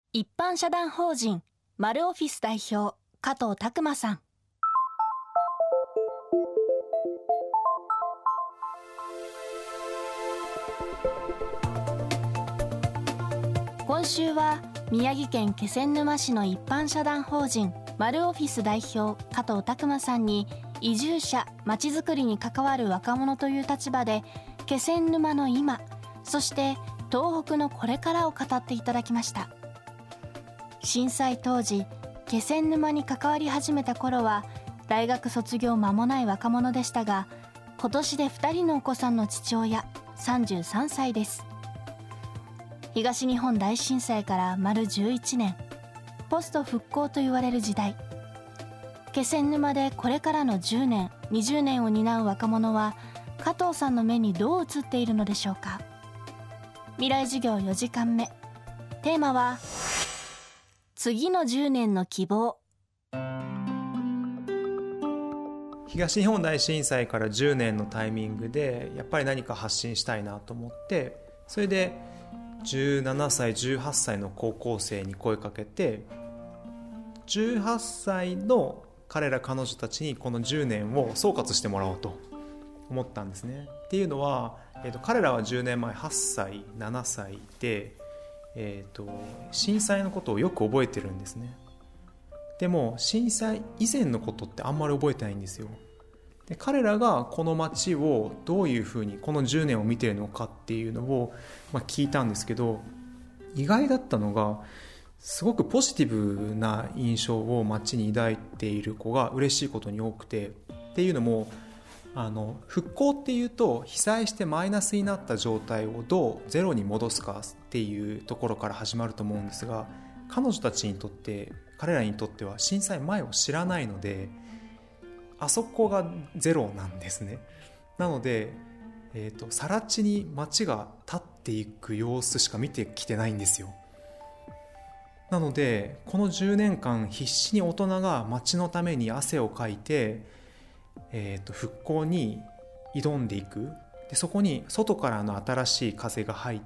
一般社団法人マルオフィス代表加藤拓馬さん。今週は宮城県気仙沼市の一般社団法人マルオフィス代表加藤拓馬さんに、移住者まちづくりに関わる若者という立場で気仙沼の今、そして東北のこれからを語っていただきました。震災当時、気仙沼に関わり始めた頃は大学卒業間もない若者でしたが、今年で2人のお子さんの父親、33歳です。東日本大震災から丸11年、ポスト復興と言われる時代、気仙沼でこれからの10年、20年を担う若者は加藤さんの目にどう映っているのでしょうか。未来授業4時間目、テーマは次の10年の希望。 東日本大震災から10年のタイミングでやっぱり何か発信したいなと思って、それで17歳18歳の高校生に声かけて、18歳の彼ら彼女たちにこの10年を総括してもらおうと思ったんですね。っていうのは、彼らは10年前8歳7歳で、震災のことをよく覚えてるんですね。でも震災以前のことってあんまり覚えてないんですよ。で、彼らがこの街をどういうふうにこの10年を見ているのかっていうのを、聞いたんですけど、意外だったのがすごくポジティブな印象を街に抱いている子が嬉しいことに多くて、っていうのも復興っていうと被災してマイナスになった状態をどうゼロに戻すかっていうところから始まると思うんですが、彼らにとっては震災前を知らないので、あそこがゼロなんですね。なので、更地に街が立っていく様子しか見てきてないんですよ。なのでこの10年間必死に大人が街のために汗をかいて、復興に挑んでいく。で、そこに外からの新しい風が入って、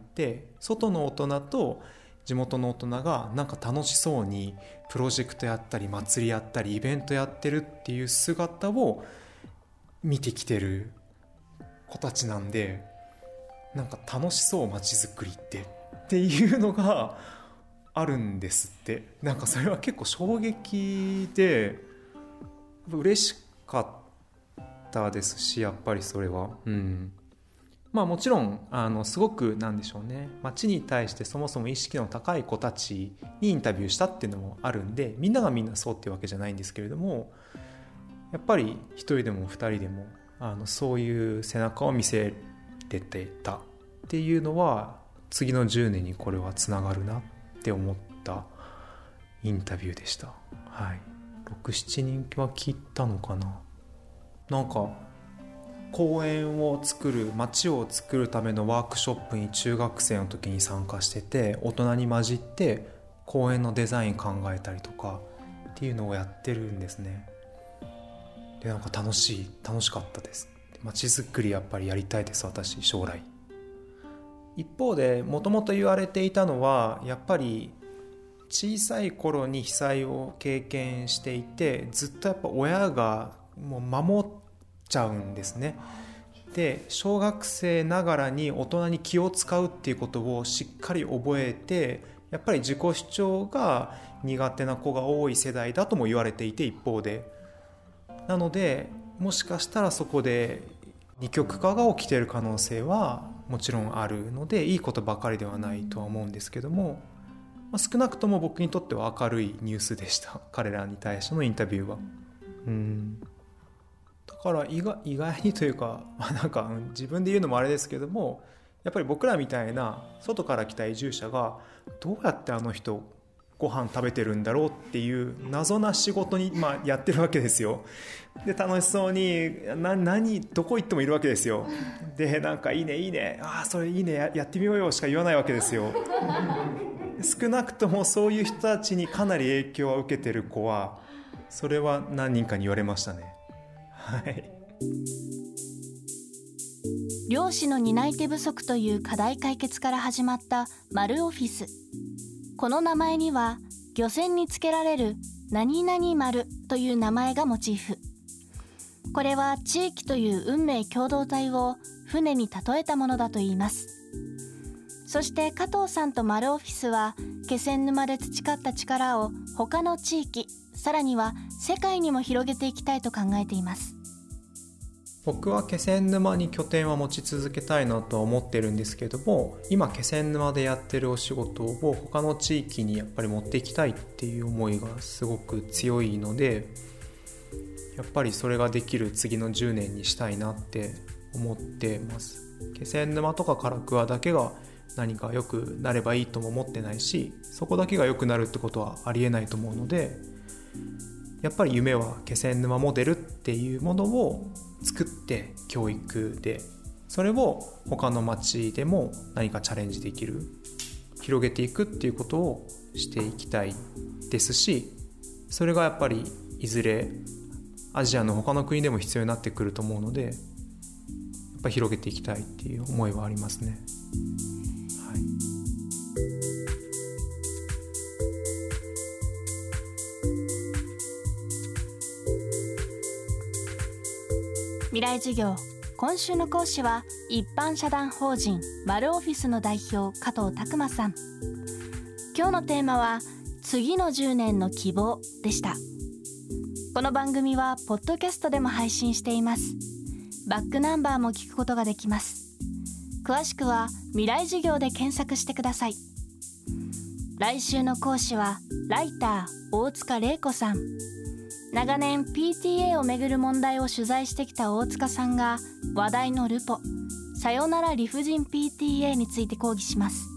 外の大人と地元の大人がなんか楽しそうにプロジェクトやったり祭りやったりイベントやってるっていう姿を見てきてる子たちなんで、なんか楽しそう街づくりっていうのがあるんですって。なんかそれは結構衝撃で嬉しかったですし、やっぱりそれはもちろんすごくなんでしょうね、街に対してそもそも意識の高い子たちにインタビューしたっていうのもあるんで、みんながみんなそうっていうわけじゃないんですけれども、やっぱり一人でも二人でもそういう背中を見せれてたっていうのは、次の10年にこれはつながるなって思ったインタビューでした。はい、6、7人は聞いたのかな。なんか公園を作る、街を作るためのワークショップに中学生の時に参加してて、大人に混じって公園のデザイン考えたりとかっていうのをやってるんですね。で、なんか楽しかったです。街づくりやっぱりやりたいです、私将来。一方でもともと言われていたのは、やっぱり小さい頃に被災を経験していて、ずっとやっぱ親がもう守っちゃうんですね。で、小学生ながらに大人に気を使うっていうことをしっかり覚えて、やっぱり自己主張が苦手な子が多い世代だとも言われていて、一方で、なのでもしかしたらそこで二極化が起きている可能性はもちろんあるので、いいことばかりではないとは思うんですけども、少なくとも僕にとっては明るいニュースでした、彼らに対してのインタビューは。だから意外にというか、なんか自分で言うのもあれですけども、やっぱり僕らみたいな外から来た移住者がどうやってあの人ご飯食べてるんだろうっていう謎な仕事に、やってるわけですよ。で、楽しそうにどこ行ってもいるわけですよ。で、なんかいいね、それいいね、やってみようよしか言わないわけですよ。少なくともそういう人たちにかなり影響を受けてる子は、それは何人かに言われましたね。はい。 漁師の担い手不足という課題解決から始まったマルオフィス。 この名前には漁船につけられる何々丸という名前がモチーフ。これは地域という運命共同体を船に例えたものだといいます。そして加藤さんと丸オフィスは気仙沼で培った力を他の地域、さらには世界にも広げていきたいと考えています。 僕は気仙沼に拠点は持ち続けたいなとは思ってるんですけども、今気仙沼でやってるお仕事を他の地域にやっぱり持っていきたいっていう思いがすごく強いので、やっぱりそれができる次の10年にしたいなって思ってます。気仙沼とか唐桑だけが何か良くなればいいとも思ってないし、そこだけが良くなるってことはありえないと思うので、やっぱり夢は気仙沼モデルっていうものを作って教育で、それを他の町でも何かチャレンジできる、広げていくっていうことをしていきたいですし、それがやっぱりいずれアジアの他の国でも必要になってくると思うので、やっぱり広げていきたいっていう思いはありますね。はい。 未来授業、今週の講師は一般社団法人マルオフィスの代表加藤拓磨さん。今日のテーマは次の10年の希望でした。この番組はポッドキャストでも配信しています。バックナンバーも聞くことができます。詳しくは未来授業で検索してください。来週の講師はライター大塚玲子さん。長年 PTA をめぐる問題を取材してきた大塚さんが話題のルポさよなら理不尽 PTA について講義します。